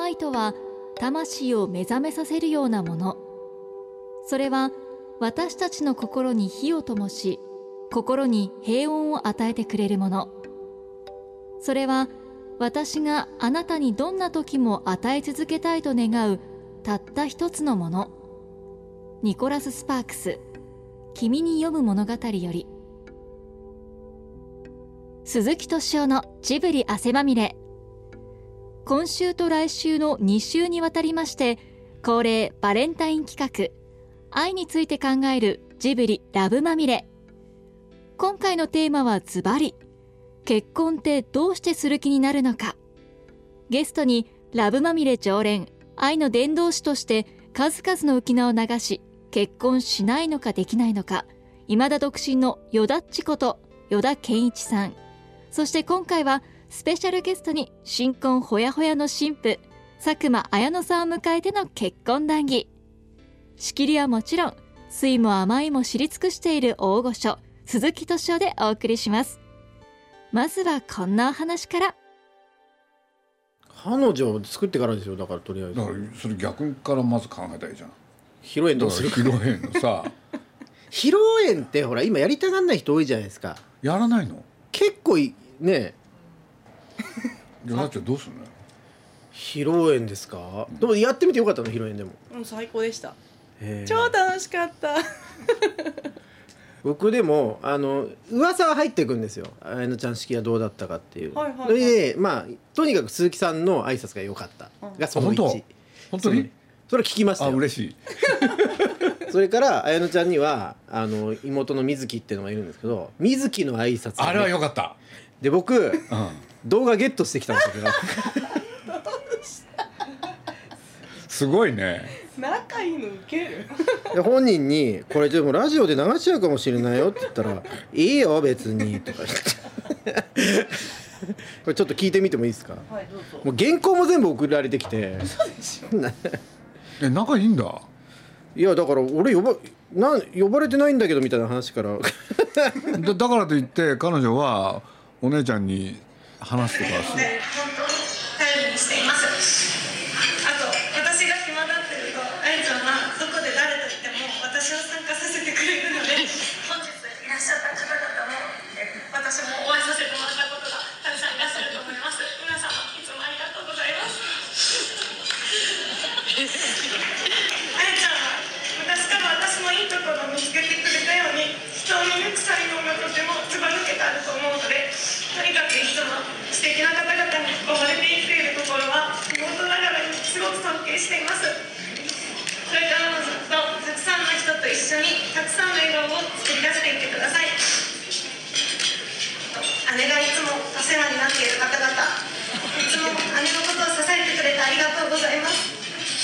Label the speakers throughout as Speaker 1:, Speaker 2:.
Speaker 1: 愛とは魂を目覚めさせるようなもの。それは私たちの心に火を灯し、心に平穏を与えてくれるもの。それは私があなたにどんな時も与え続けたいと願うたった一つのもの。ニコラス・スパークス、君に読む物語より。鈴木敏夫のジブリ汗まみれ。今週と来週の2週にわたりまして、恒例バレンタイン企画、愛について考えるジブリラブまみれ。今回のテーマはズバリ、結婚ってどうしてする気になるのか。ゲストにラブまみれ常連、愛の伝道師として数々の浮名を流し、結婚しないのかできないのか、未だ独身のよだっちこと依田健一さん。そして今回はスペシャルゲストに新婚ほやほやの新婦佐久間綾乃さんを迎えての結婚談義。仕切りはもちろん酸いも甘いも知り尽くしている大御所鈴木敏夫でお送りします。まずはこんなお話から。
Speaker 2: 彼女を作ってからですよ。だからとりあえず
Speaker 3: だからそれ逆からまず考えたらいいじゃん。
Speaker 2: 披露宴どうするか。
Speaker 3: 披露宴のさ
Speaker 2: 披露宴ってほら今やりたがんない人多いじゃないですか。
Speaker 3: やらないの
Speaker 2: 結構ね。
Speaker 3: じゃあなっちゃんどうすんのよ。
Speaker 2: 披露宴ですか、でもやってみてよかったの。披露宴でも
Speaker 4: 最高でした。超楽しかった
Speaker 2: 僕でも噂は入ってくんですよ。綾乃ちゃん式はどうだったかっていう、
Speaker 4: はいはいはい、
Speaker 2: でまあとにかく鈴木さんの挨拶が良かったがその1。
Speaker 3: 本当に
Speaker 2: それ聞きましたよ。
Speaker 3: 嬉しい
Speaker 2: それから綾乃ちゃんには妹の水木っていうのがいるんですけど、水木の挨拶、ね、
Speaker 3: あれは良かった。
Speaker 2: で僕、動画ゲットしてきたんですよ
Speaker 3: すごいね。
Speaker 4: 仲いいのウケる
Speaker 2: で本人にこれでもラジオで流しちゃうかもしれないよって言ったらいいよ別にとか言ってこれちょっと聞いてみてもいいですか。
Speaker 4: はい、どうぞ。
Speaker 2: もう原稿も全部送られてきて
Speaker 4: そうでしょ
Speaker 3: 仲いいんだ。
Speaker 2: いやだから俺呼ばれてないんだけどみたいな話から
Speaker 3: だからといって彼女はお姉ちゃんに話すとかする。
Speaker 5: 本当に頼りにしています。あと私が暇だってるとあやちゃんはどこで誰と言っても私を参加させてくれるので、本日いらっしゃった方々も私もお会いさせてもらったことがたくさんいらっしゃると思います。皆様いつもありがとうございます。あやちゃんは昔から私のいいところを見つけてくれたように、人を見抜く才能がとてもずば抜けてあると思うので、とにかくいつも素敵な方々に囲まれて生きているところは妹ながらにすごく尊敬しています。これからもずっとたくさんの人と一緒にたくさんの笑顔を作り出していってください。姉がいつもお世話になっている方々、いつも姉のことを支えてくれてありがとうございます。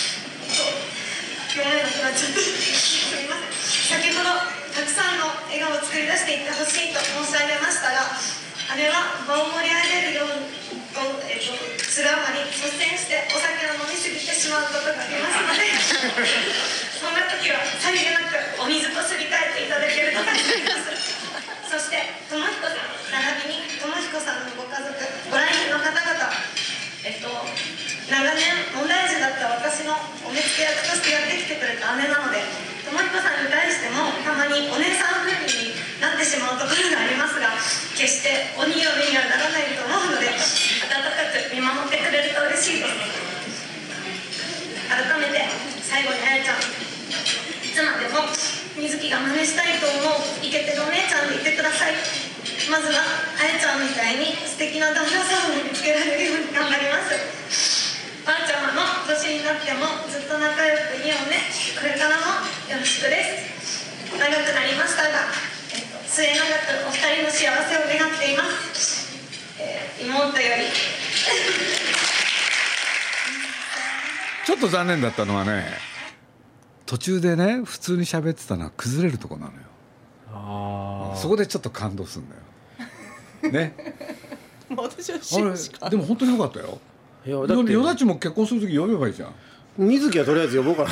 Speaker 5: 読めなくなっちゃってすみません。先ほどたくさんの笑顔を作り出していってほしいと申し上げましたが、姉は場を盛り上げるようにするあまり率先してお酒を飲みすぎてしまうことがありますのでそんな時はさりげなくお水とすり替えていただけると助かります。そして智彦さん並びに智彦さんのご家族、ご来賓の方々、長年問題児だった私のお目付け役としてやってきてくれた姉なので、智彦さんに対してもたまにお姉さん風になってしまうところがありますが、決して鬼嫁にはならないと思うので温かく見守ってくれると嬉しいです。改めて最後にあやちゃん、いつまでも水木が真似したいと思うイケてるお姉ちゃんでいてください。まずはあやちゃんみたいに素敵な旦那さんを見つけられるように頑張ります。ばあちゃまの年になってもずっと仲良くいようね。これからもよろしくです。長くなりましたが、末永くお二人の幸せを願っています。妹より
Speaker 3: ちょっと残念だったのはね、途中でね普通に喋ってたのは崩れるとこなのよ。そこでちょっと感動するんだよね。
Speaker 4: 私は信じか
Speaker 3: でも本当によかったよ。
Speaker 2: いやだって
Speaker 3: よだちも結婚する時呼べばいいじゃん。
Speaker 2: 水木はとりあえず呼ぼうかな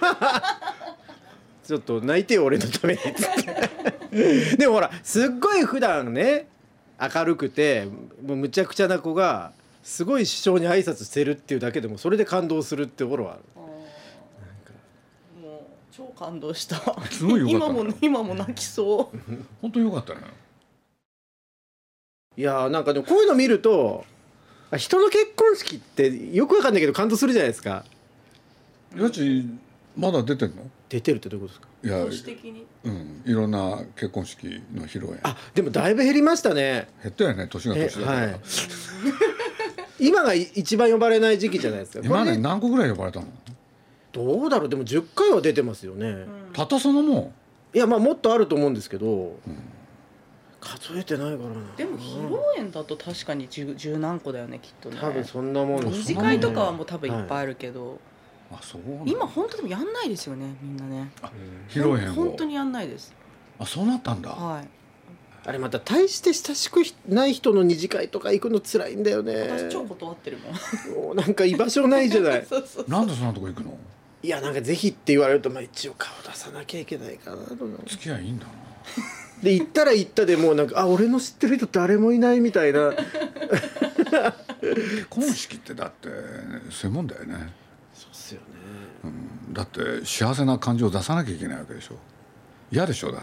Speaker 2: ちょっと泣いてよ俺のためにっつってでもほらすっごい普段ね明るくてもうむちゃくちゃな子がすごい師匠に挨拶してるっていうだけでもそれで感動するってところはある。
Speaker 4: もう超感動した。
Speaker 3: すごいよかったね
Speaker 4: 今も泣きそう。
Speaker 3: 本当によかったね。
Speaker 2: いやーなんかでもこういうの見ると人の結婚式ってよくわかんないけど感動するじゃないですか。
Speaker 3: やちまだ出てんの？
Speaker 2: 出てるってどういうことですか？
Speaker 3: いや、
Speaker 4: 都市的に。
Speaker 3: いろんな結婚式の披露宴。
Speaker 2: でもだいぶ減りましたね。
Speaker 3: 減ったよね、年が年だから、
Speaker 2: はい、今が一番呼ばれない時期じゃないですか。
Speaker 3: 今ね何個ぐらい呼ばれたの？
Speaker 2: どうだろう、でも10回は出てますよね、
Speaker 3: たったそのもん。
Speaker 2: いやまあもっとあると思うんですけど、数えてないからな。
Speaker 4: でも披露宴だと確かに十何個だよねきっとね。
Speaker 2: 多分そんなもん。
Speaker 4: 二次会とかはもう多分いっぱいあるけど、
Speaker 3: あ、そう
Speaker 4: 今本当でもやんないですよね、みんなね。
Speaker 3: 披露宴を
Speaker 4: 本当にやんないです。
Speaker 3: あ、そうなったんだ。
Speaker 4: はい。
Speaker 2: あれまた大して親しくない人の二次会とか行くの辛いんだよね。
Speaker 4: 私超断ってるもん。
Speaker 2: もうなんか居場所ないじゃない
Speaker 4: そうそう。
Speaker 3: なんでそんなとこ行くの？
Speaker 2: いやなんかぜひって言われると、まあ一応顔出さなきゃいけないかなと思う。
Speaker 3: 付き合いいいんだな。
Speaker 2: で行ったら行ったでもうなんか俺の知ってる人誰もいないみたいな。
Speaker 3: 結婚式ってだってそういうもんだよね。
Speaker 2: そうっすよね、
Speaker 3: だって幸せな感情を出さなきゃいけないわけでしょ。嫌でしょだって。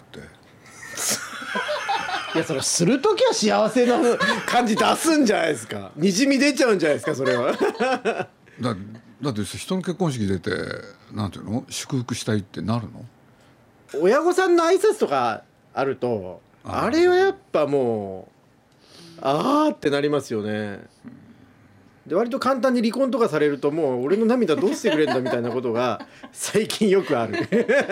Speaker 2: いやそれする時は幸せな感じ出すんじゃないですか。にじみ出ちゃうんじゃないですかそれは。
Speaker 3: だって人の結婚式出てなんていうの、祝福したいってなるの？
Speaker 2: 親御さんの挨拶とかあるとあれはやっぱもうあーってなりますよね。で割と簡単に離婚とかされるともう俺の涙どうしてくれんだみたいなことが最近よくある。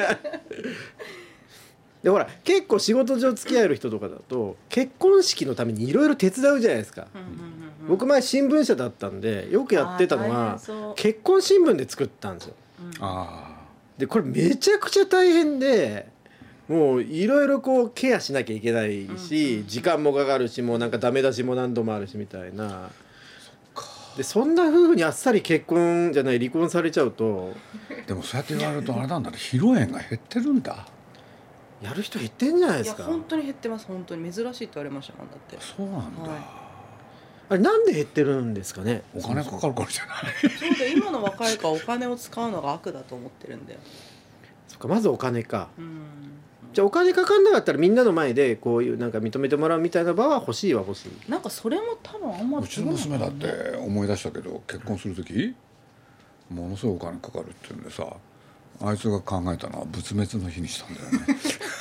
Speaker 2: でほら結構仕事上付き合える人とかだと結婚式のためにいろいろ手伝うじゃないですか。僕前新聞社だったんでよくやってたのは結婚新聞で作ったんですよ。でこれめちゃくちゃ大変でもういろいろこうケアしなきゃいけないし、時間もかかるし、もうなんかダメ出しも何度もあるしみたいな。でそんな風にあっさり結婚じゃない離婚されちゃうと。
Speaker 3: でもそうやって言われるとあれなんだね、披露宴が減ってるんだ。
Speaker 2: やる人減ってんじゃないですか。
Speaker 4: いや本当に減ってます。本当に珍しいって言われましたもんだって。
Speaker 3: そうなんだ、
Speaker 2: あれなんで減ってるんですかね。
Speaker 3: お金かかるからじゃない？
Speaker 4: そうで今の若い子はお金を使うのが悪だと思ってるんだよ。
Speaker 2: そっか、まずお金か。じゃあお金かかんなかったらみんなの前でこういうなんか認めてもらうみたいな場は欲しいは欲しい。
Speaker 4: なんかそれも多分あんま
Speaker 3: うちの娘だって思い出したけど、結婚する時ものすごいお金かかるって言うんでさ、あいつが考えたのは仏滅の日にしたんだよね。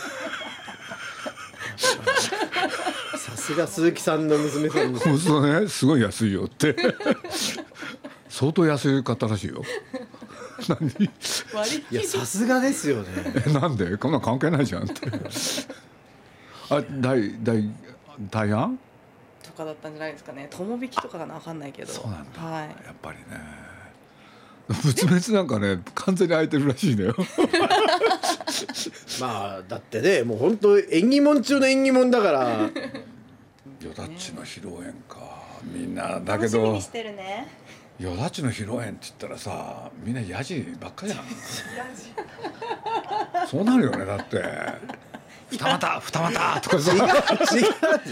Speaker 2: さすが鈴木さんの娘さんに。
Speaker 3: そうするとね、すごい安いよって相当安かったらしいよ。何？
Speaker 2: いやさすがですよね。
Speaker 3: なんでこんな関係ないじゃんって。あ、大安
Speaker 4: とかだったんじゃないですかね。友引きとかが分かんないけど。
Speaker 3: そうなんだ、
Speaker 4: はい、
Speaker 3: やっぱりね。仏滅なんかね完全に空いてるらしいんだよ。
Speaker 2: まあだってねもう本当縁起物中の縁起物だから。
Speaker 3: よだっちの披露宴か、みんなだけど。
Speaker 4: 楽しみにしてるね。
Speaker 3: よだっちの披露宴って言ったらさ、みんなヤジばっかじゃん。そうなるよね。だって二股とかさ。
Speaker 2: 違うおかしく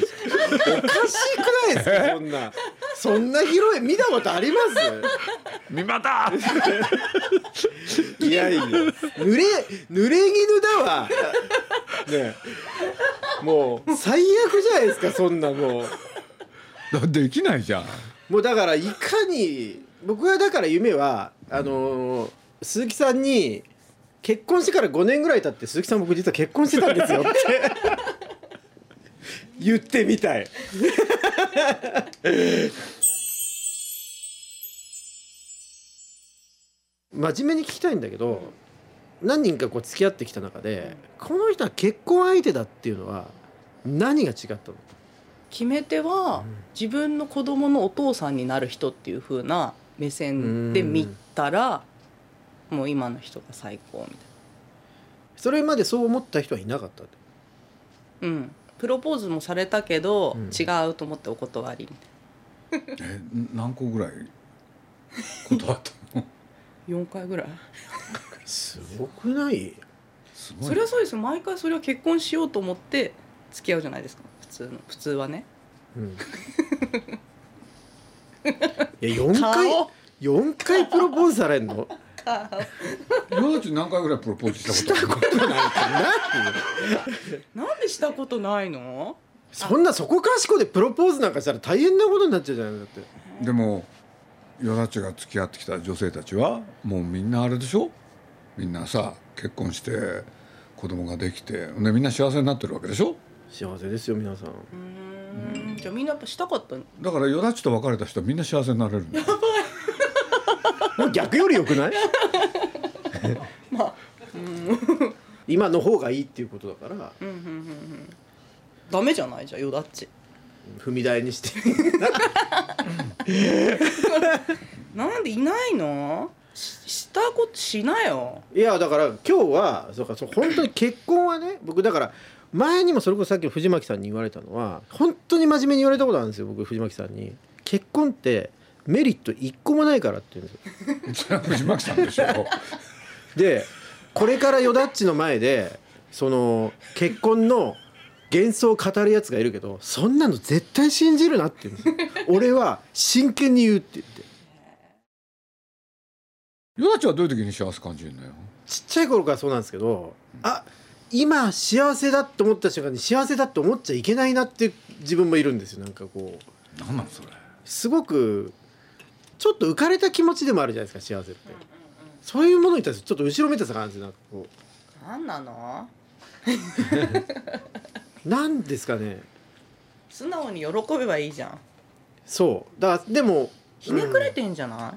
Speaker 2: ないですか。そんな披露宴見たことあります？
Speaker 3: 三股。
Speaker 2: いやいや濡れ衣だわね。もう最悪じゃないですかそんな。もう
Speaker 3: できないじゃん。
Speaker 2: もうだからいかに僕はだから夢は鈴木さんに結婚してから5年ぐらい経って、鈴木さん僕実は結婚してたんですよって言ってみたい。真面目に聞きたいんだけど、何人かこう付き合ってきた中でこの人は結婚相手だっていうのは何が違ったの？
Speaker 4: 決め手は自分の子供のお父さんになる人っていう風な目線で見たらもう今の人が最高みたいな。
Speaker 2: それまでそう思った人はいなかった？
Speaker 4: プロポーズもされたけど、違うと思ってお断りみたいな。
Speaker 3: 何個ぐらい断ったの
Speaker 4: ？4回ぐらい。
Speaker 2: すごくない？
Speaker 3: すごい。
Speaker 4: それはそうですよ。毎回それは結婚しようと思って付き合うじゃないですか。普通はね。
Speaker 2: いや4回プロポーズされんの？
Speaker 3: ヨダチ何回ぐらいプロポーズしたことない
Speaker 2: か
Speaker 4: な。なんでしたことないの？
Speaker 2: そんなそこかしこでプロポーズなんかしたら大変なことになっちゃうじゃないだって。
Speaker 3: でもヨダチが付き合ってきた女性たちはもうみんなあれでしょ、みんなさ結婚して子供ができてでみんな幸せになってるわけでしょ。
Speaker 2: 幸せですよ皆さん。
Speaker 4: じゃあみんなやっぱしたかったの？
Speaker 3: だからヨダチと別れた人はみんな幸せになれるんだよ。
Speaker 2: もう逆より良くない？
Speaker 4: まあ、
Speaker 2: 今の方がいいっていうことだから、
Speaker 4: ダメじゃないじゃんヨダッチ。
Speaker 2: 踏み台にして
Speaker 4: なんでいないの？したことしなよ。
Speaker 2: いやだから今日はそう本当に結婚はね、僕だから前にもそれこそさっき藤巻さんに言われたのは本当に真面目に言われたことあるんですよ。僕藤巻さんに結婚ってメリット一個もないからって言うんですよ。
Speaker 3: それは藤巻さんでしょ。
Speaker 2: でこれからヨダッチの前でその結婚の幻想を語るやつがいるけど、そんなの絶対信じるなって言うんですよ。俺は真剣に言うって言って。
Speaker 3: ヨダチはどういう時に幸せ感じるんだよ。
Speaker 2: ちっちゃい頃からそうなんですけど、今幸せだと思った瞬間に幸せだって思っちゃいけないなって自分もいるんですよ。なんかこう
Speaker 3: なんなんそれ。
Speaker 2: すごくちょっと浮かれた気持ちでもあるじゃないですか幸せって、そういうものに対してちょっと後ろめたさがあるんですよ。なんかこ
Speaker 4: うなんなの
Speaker 2: なんですかね、
Speaker 4: 素直に喜べばいいじゃん。
Speaker 2: そうだからでも
Speaker 4: ひねくれてんじゃない、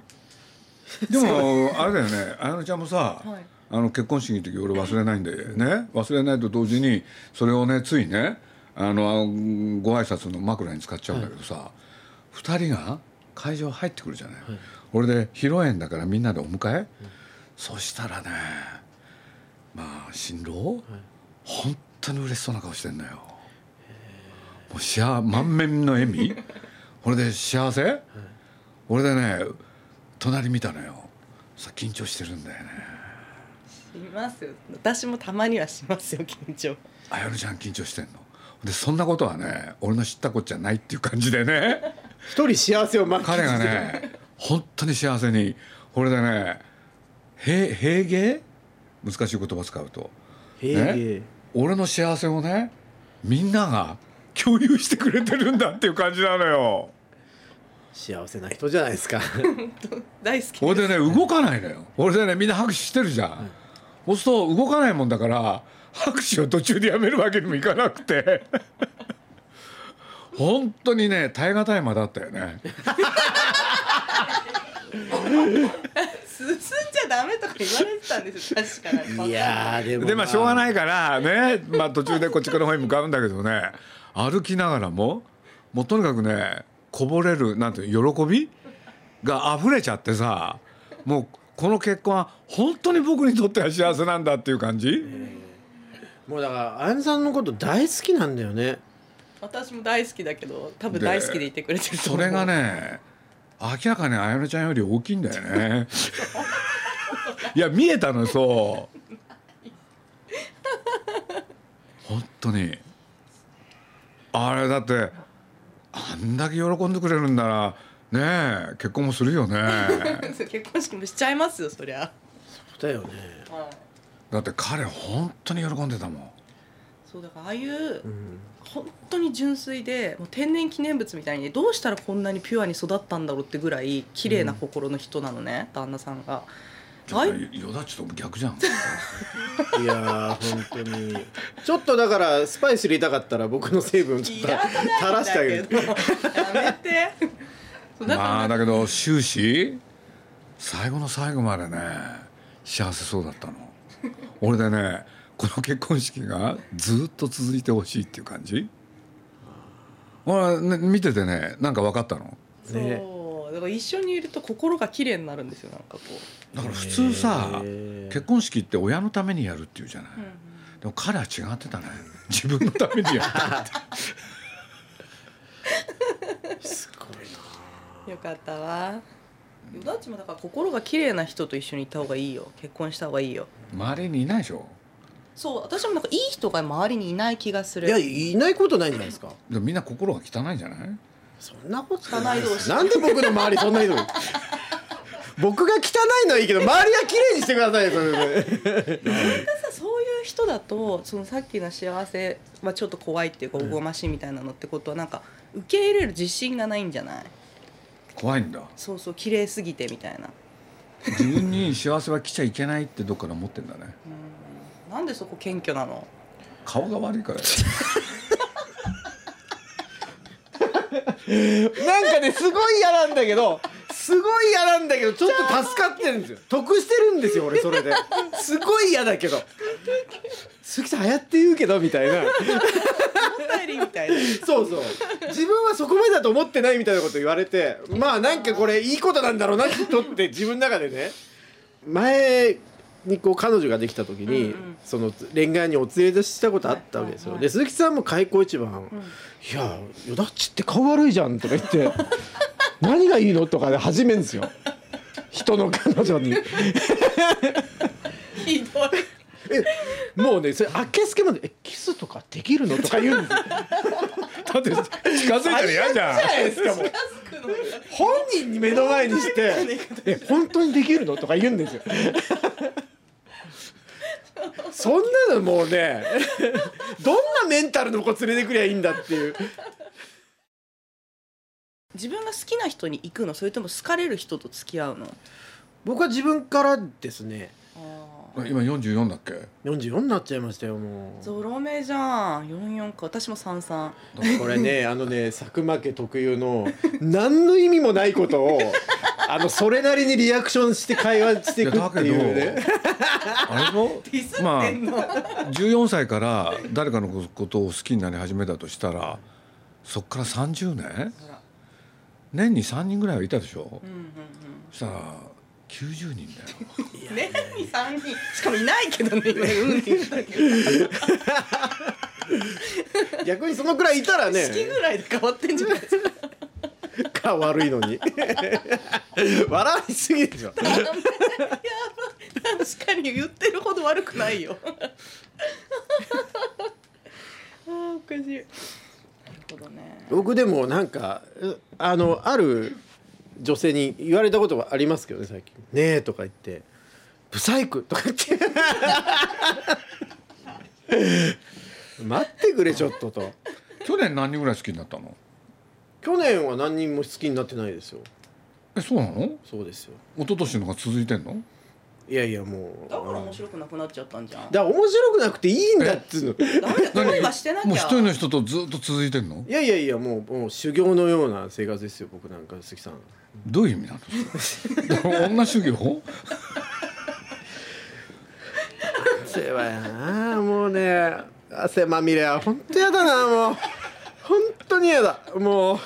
Speaker 3: でもあれだよね、あやのちゃんもさ、結婚式の時俺忘れないんでね、忘れないと同時にそれをねついねご挨拶の枕に使っちゃうんだけどさ、2人が会場入ってくるじゃない、俺で披露宴だからみんなでお迎え、そしたらねまあ新郎、本当に嬉しそうな顔してんだよ。もう満面の笑み俺で幸せ、俺でね隣見たのよ。さ緊張してるんだよね。
Speaker 4: しますよ。私もたまにはしますよ緊張。
Speaker 3: あやのちゃん緊張してんので、そんなことはね俺の知ったこっちゃないっていう感じでね
Speaker 2: 一人幸せを満喫してる。
Speaker 3: 彼がね本当に幸せに、これでね平芸、難しい言葉使うと
Speaker 2: 平芸、
Speaker 3: 俺の幸せをねみんなが共有してくれてるんだっていう感じなのよ。
Speaker 2: 幸せな人じゃないですか
Speaker 4: 大好きです。
Speaker 3: 俺でね動かないのよ。俺でねみんな拍手してるじゃん、そうすると動かないもんだから拍手を途中でやめるわけにもいかなくて本当にね耐え難い間だったよね
Speaker 4: 進んじゃダメとか言われてたんですよ確かに。
Speaker 2: いやでも、
Speaker 3: でしょうがないからね、途中でこっちの方に向かうんだけどね、歩きながらもとにかくねこぼれるなんていう喜びが溢れちゃってさ、もうこの結婚は本当に僕にとっては幸せなんだっていう感じ、
Speaker 2: もうだからあやのさんのこと大好きなんだよね。
Speaker 4: 私も大好きだけど多分大好きでいてくれてると思う。
Speaker 3: それがね明らかにあやのちゃんより大きいんだよねいや見えたの、そう本当にあれだってあんだけ喜んでくれるんならねえ結婚もするよね
Speaker 4: 結婚式もしちゃいますよそりゃ。
Speaker 2: そうだよね、
Speaker 3: だって彼本当に喜んでたもん。
Speaker 4: そうだからああいう、本当に純粋でもう天然記念物みたいにどうしたらこんなにピュアに育ったんだろうってぐらい綺麗な心の人なのね、旦那さんが。
Speaker 3: よだちと逆じゃん
Speaker 2: いや本当にちょっとだからスパイス入れたかったら僕の成分ちょっと垂らしてあげる
Speaker 4: やめて
Speaker 3: だけど終始最後の最後までね幸せそうだったの俺でねこの結婚式がずっと続いてほしいっていう感じ、俺、ね、見ててねなんか分かったの。
Speaker 4: そうだから一緒にいると心が綺麗になるんですよ。なんかこう
Speaker 3: だから普通さ結婚式って親のためにやるっていうじゃない、でも彼は違ってたね、自分のためにやったって
Speaker 2: すごいな。
Speaker 4: よかったわ。よだちもだから心が綺麗な人と一緒にいた方がいいよ。結婚した方がいいよ。
Speaker 3: 周りにいないでしょ。
Speaker 4: そう私もなんかいい人が周りにいない気がする。
Speaker 2: いやいないことないんじゃないですか。
Speaker 3: でもみんな心が汚いんじゃない。
Speaker 2: そんなこと
Speaker 4: ないです。
Speaker 2: なんで僕の周りそんなひどい僕が汚いのはいいけど周りは綺麗にしてくださいよそれで
Speaker 4: そういう人だとそのさっきの幸せはちょっと怖いっていうかおこがましいみたいなのってことはなんか受け入れる自信がないんじゃない？
Speaker 3: 怖いんだ。
Speaker 4: そうそう綺麗すぎてみたいな。
Speaker 3: 自分に幸せは来ちゃいけないってどっから思ってんだね。
Speaker 4: なんでそこ謙虚なの？
Speaker 3: 顔が悪いから
Speaker 2: なんかねすごい嫌なんだけどちょっと助かってるんですよ。得してるんですよ俺それですごい嫌だけど鈴木さんああやって言うけどみたいな
Speaker 4: みたいな
Speaker 2: そう自分はそこまでだと思ってないみたいなこと言われて、まあなんかこれいいことなんだろうなってとって自分の中でね、前にこう彼女ができた時に、その恋愛にお連れ出したことあったわけですよ。で鈴木さんも開口一番、いやよだっちって顔悪いじゃんとか言って何がいいのとかで始めるんですよ人の彼女に
Speaker 4: ひどい
Speaker 2: もうねそれあけすけまでキスとかできるのとか言うんですよ
Speaker 3: だって近づいたら嫌じゃん。
Speaker 2: 本人に目の前にして本当にできるのとか言うんですよそんなのもうねどんなメンタルの子連れてくりゃいいんだっていう。
Speaker 4: 自分が好きな人に行くの？それとも好かれる人と付き合うの？
Speaker 2: 僕は自分からですね。
Speaker 3: 今44だっけ
Speaker 2: ？44になっちゃいましたよもう。
Speaker 4: ゾロ目じゃん。44か。私も33。
Speaker 2: これね佐久間家特有の何の意味もないことをそれなりにリアクションして会話していくっていうね。
Speaker 3: あれもまあ14歳から誰かのことを好きになり始めたとしたらそっから30年年に3人ぐらいはいたでしょ。そしたら90人だよ。
Speaker 4: 年に3人しかもいないけどね
Speaker 2: 逆にそのくらいいたらね
Speaker 4: 好きぐらいで変わってんじゃないですか
Speaker 2: か悪いのに笑いすぎでしょ。
Speaker 4: 確かに言ってるほど悪くないよおかしい。なるほどね。
Speaker 2: 僕でもなんかある女性に言われたことはありますけどね最近「ねえ」とか言って「ブサイク」とか言って待ってくれちょっとと。
Speaker 3: 去年何人ぐらい好きになったの？
Speaker 2: 去年は何人も好きになってないですよ。
Speaker 3: そうなの？
Speaker 2: そうですよ。
Speaker 3: 一昨年のが続いてんの？
Speaker 2: いやいやもう
Speaker 4: だから面白くなくなっちゃったんじゃん。
Speaker 2: だから面白くなくていいんだっつうの。
Speaker 4: ダメだ恋はしてなきゃ。
Speaker 3: もう一人の人とずっと続いてんの？
Speaker 2: いやいやいやもう修行のような生活ですよ僕なんか鈴木さん。
Speaker 3: どういう意味なの？女修行？
Speaker 2: 汗はやなもうね汗まみれは本当やだなもう本当にやだも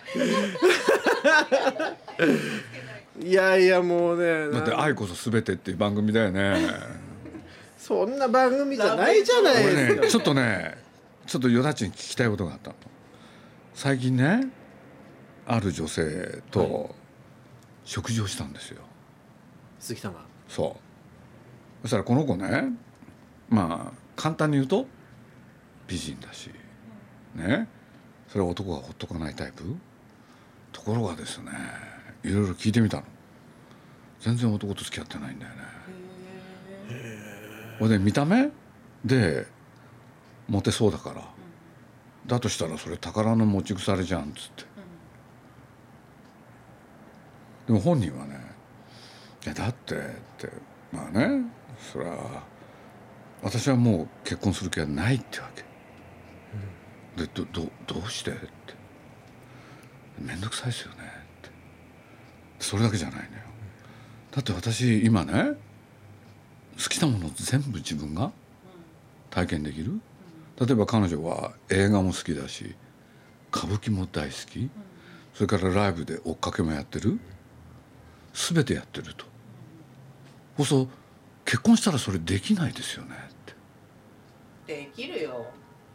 Speaker 2: ういやいやもうね
Speaker 3: だって愛こそ全てっていう番組だよね。
Speaker 2: そんな番組じゃないじゃないですか。
Speaker 3: 俺ねちょっとよだちに聞きたいことがあったの。最近ねある女性と食事をしたんですよ、
Speaker 2: 鈴木さんが。
Speaker 3: そうそしたらこの子ねまあ簡単に言うと美人だしねそれは男がほっとかないタイプ。ところがですねいろいろ聞いてみたの。全然男と付き合ってないんだよね。ほいで見た目でモテそうだから、だとしたらそれ宝の持ち腐れじゃんっつって、でも本人はねいやだってまあねそりゃ私はもう結婚する気はないってわけ、でどうしてって面倒くさいですよねってそれだけじゃないのよ。だって私今ね好きなもの全部自分が体験できる。例えば彼女は映画も好きだし歌舞伎も大好き、それからライブで追っかけもやってる、全てやってると。そうそう結婚したらそれできないですよねって。
Speaker 4: できるよ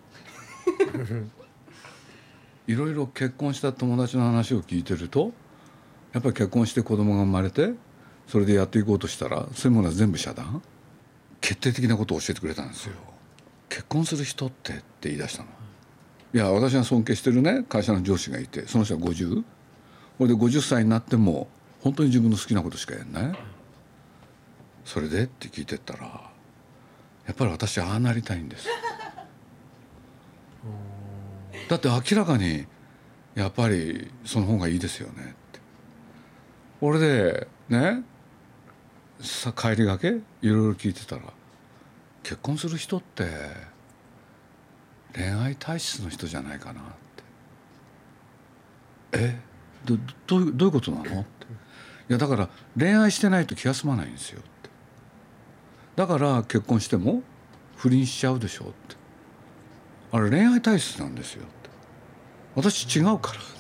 Speaker 3: いろいろ結婚した友達の話を聞いてるとやっぱり結婚して子供が生まれてそれでやっていこうとしたらそういうものは全部遮断。決定的なことを教えてくれたんですよ。結婚する人って言い出したの。 いや私が尊敬してるね会社の上司がいて、その人は50、これで50歳になっても本当に自分の好きなことしかやんない。それでって聞いてったら、やっぱり私はああなりたいんですだって明らかにやっぱりその方がいいですよねって。俺でねさ帰りがけいろいろ聞いてたら、結婚する人って恋愛体質の人じゃないかなって。どういうことなのって。いやだから恋愛してないと気が済まないんですよって。だから結婚しても不倫しちゃうでしょって。あれ恋愛体質なんですよって。私違うからって。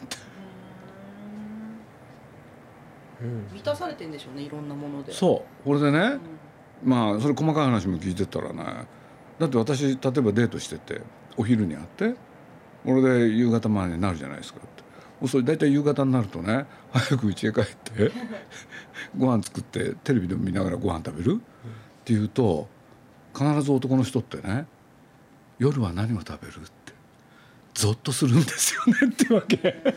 Speaker 4: 満たされてんでしょうね、いろんなもので。
Speaker 3: そうこれでね、まあそれ細かい話も聞いてたらね、だって私例えばデートしててお昼に会って俺で夕方までになるじゃないですかって。それ大体夕方になるとね、早く家へ帰ってご飯作ってテレビでも見ながらご飯食べるっていうと、必ず男の人ってね、夜は何を食べるってゾッとするんですよねってわけ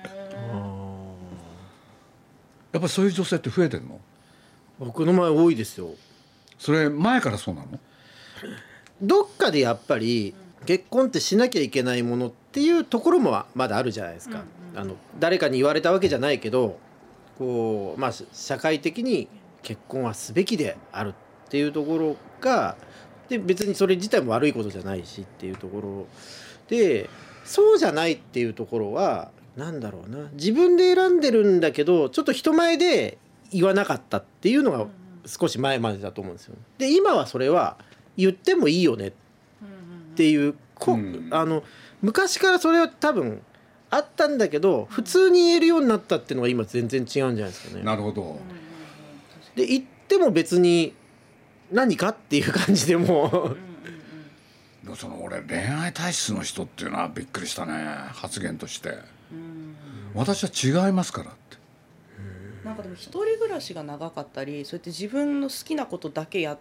Speaker 3: やっぱりそういう女性って増えてるの？
Speaker 2: 僕の前多いですよ。
Speaker 3: それ前からそうなの？
Speaker 2: どっかでやっぱり結婚ってしなきゃいけないものっていうところもまだあるじゃないですか。誰かに言われたわけじゃないけど、こうまあ社会的に結婚はすべきであるっていうところが、で別にそれ自体も悪いことじゃないしっていうところで、そうじゃないっていうところはなんだろうな、自分で選んでるんだけどちょっと人前で言わなかったっていうのが少し前までだと思うんですよ。で今はそれは言ってもいいよねっていう、昔からそれは多分あったんだけど、普通に言えるようになったっていうのが今全然違うんじゃないですかね。
Speaker 3: なるほど。
Speaker 2: で言っても別に何かっていう感じでも
Speaker 3: その俺恋愛体質の人っていうのはびっくりしたね、発言として。私は違いますからって。
Speaker 4: なんかでも一人暮らしが長かったり、そうやって自分の好きなことだけやって、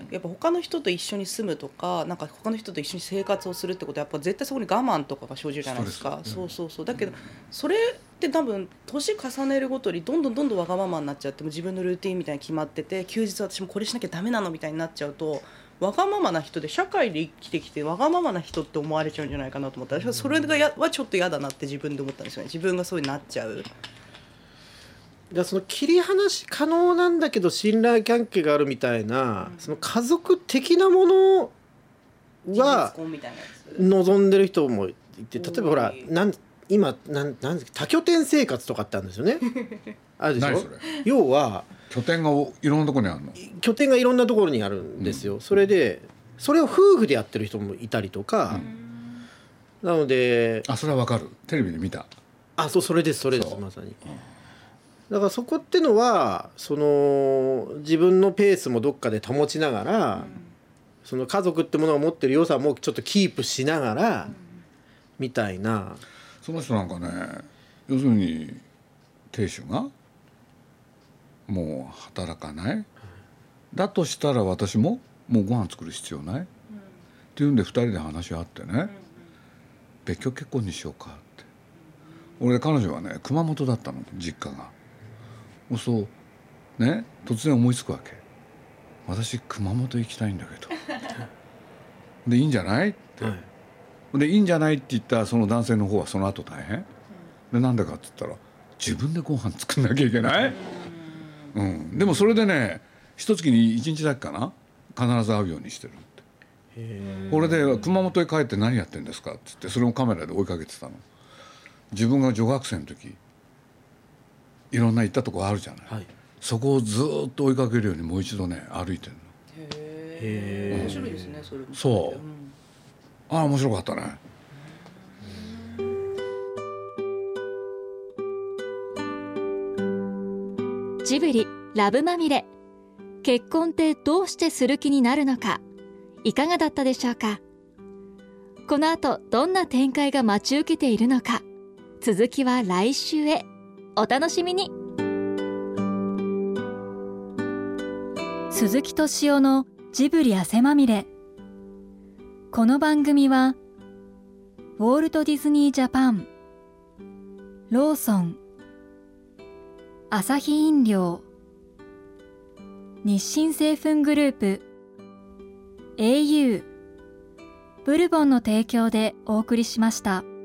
Speaker 4: やっぱ他の人と一緒に住むとか、なんか他の人と一緒に生活をするってことはやっぱ絶対そこに我慢とかが生じるじゃないですか。そうだけどそれって多分年重ねるごとにどんどんわがままになっちゃって、も自分のルーティンみたいに決まってて、休日私もこれしなきゃダメなのみたいになっちゃうと、わがままな人で社会で生きてきてわがままな人って思われちゃうんじゃないかなと思ったら、私はそれがはちょっと嫌だなって自分で思ったんですよね。自分がそうになっちゃう。
Speaker 2: その切り離し可能なんだけど信頼関係があるみたいな、その家族的なものは望んでる人もいて、例えばほら今多拠点生活とかってあるんですよねあるでしょ。要は
Speaker 3: 拠点がいろんなところにあるの。
Speaker 2: 拠点がいろんなところにあるんですよ。それでそれを夫婦でやってる人もいたりとか、なので
Speaker 3: それはわかる、テレビで見た。
Speaker 2: それですまさに。だからそこってのはその自分のペースもどっかで保ちながら、その家族ってものが持ってる良さもちょっとキープしながら、みたいな。
Speaker 3: その人なんかね、要するに亭主がもう働かない、だとしたら私ももうご飯作る必要ない、っていうんで2人で話し合ってね、別居結婚にしようかって。俺彼女はね熊本だったの、実家が。そうね、突然思いつくわけ。私熊本行きたいんだけどでいいんじゃないって、でいいんじゃないって言ったら、その男性の方はその後大変で、なんでかって言ったら自分でご飯作んなきゃいけない、でもそれでね一月に1日だけかな必ず会うようにしてるって。これで熊本へ帰って何やってんですかって言って、それをカメラで追いかけてたの。自分が女学生の時いろんな行ったとこあるじゃない、そこをずっと追いかけるようにもう一度ね歩いてるの。
Speaker 4: 面白いですねそれも。
Speaker 3: そう、面白かったね。
Speaker 1: ジブリラブまみれ、結婚ってどうしてする気になるのか、いかがだったでしょうか。この後どんな展開が待ち受けているのか、続きは来週へお楽しみに。鈴木敏夫のジブリ汗まみれ。この番組はウォルト・ディズニー・ジャパン、ローソン、アサヒ飲料、日清製粉グループ、au、ブルボンの提供でお送りしました。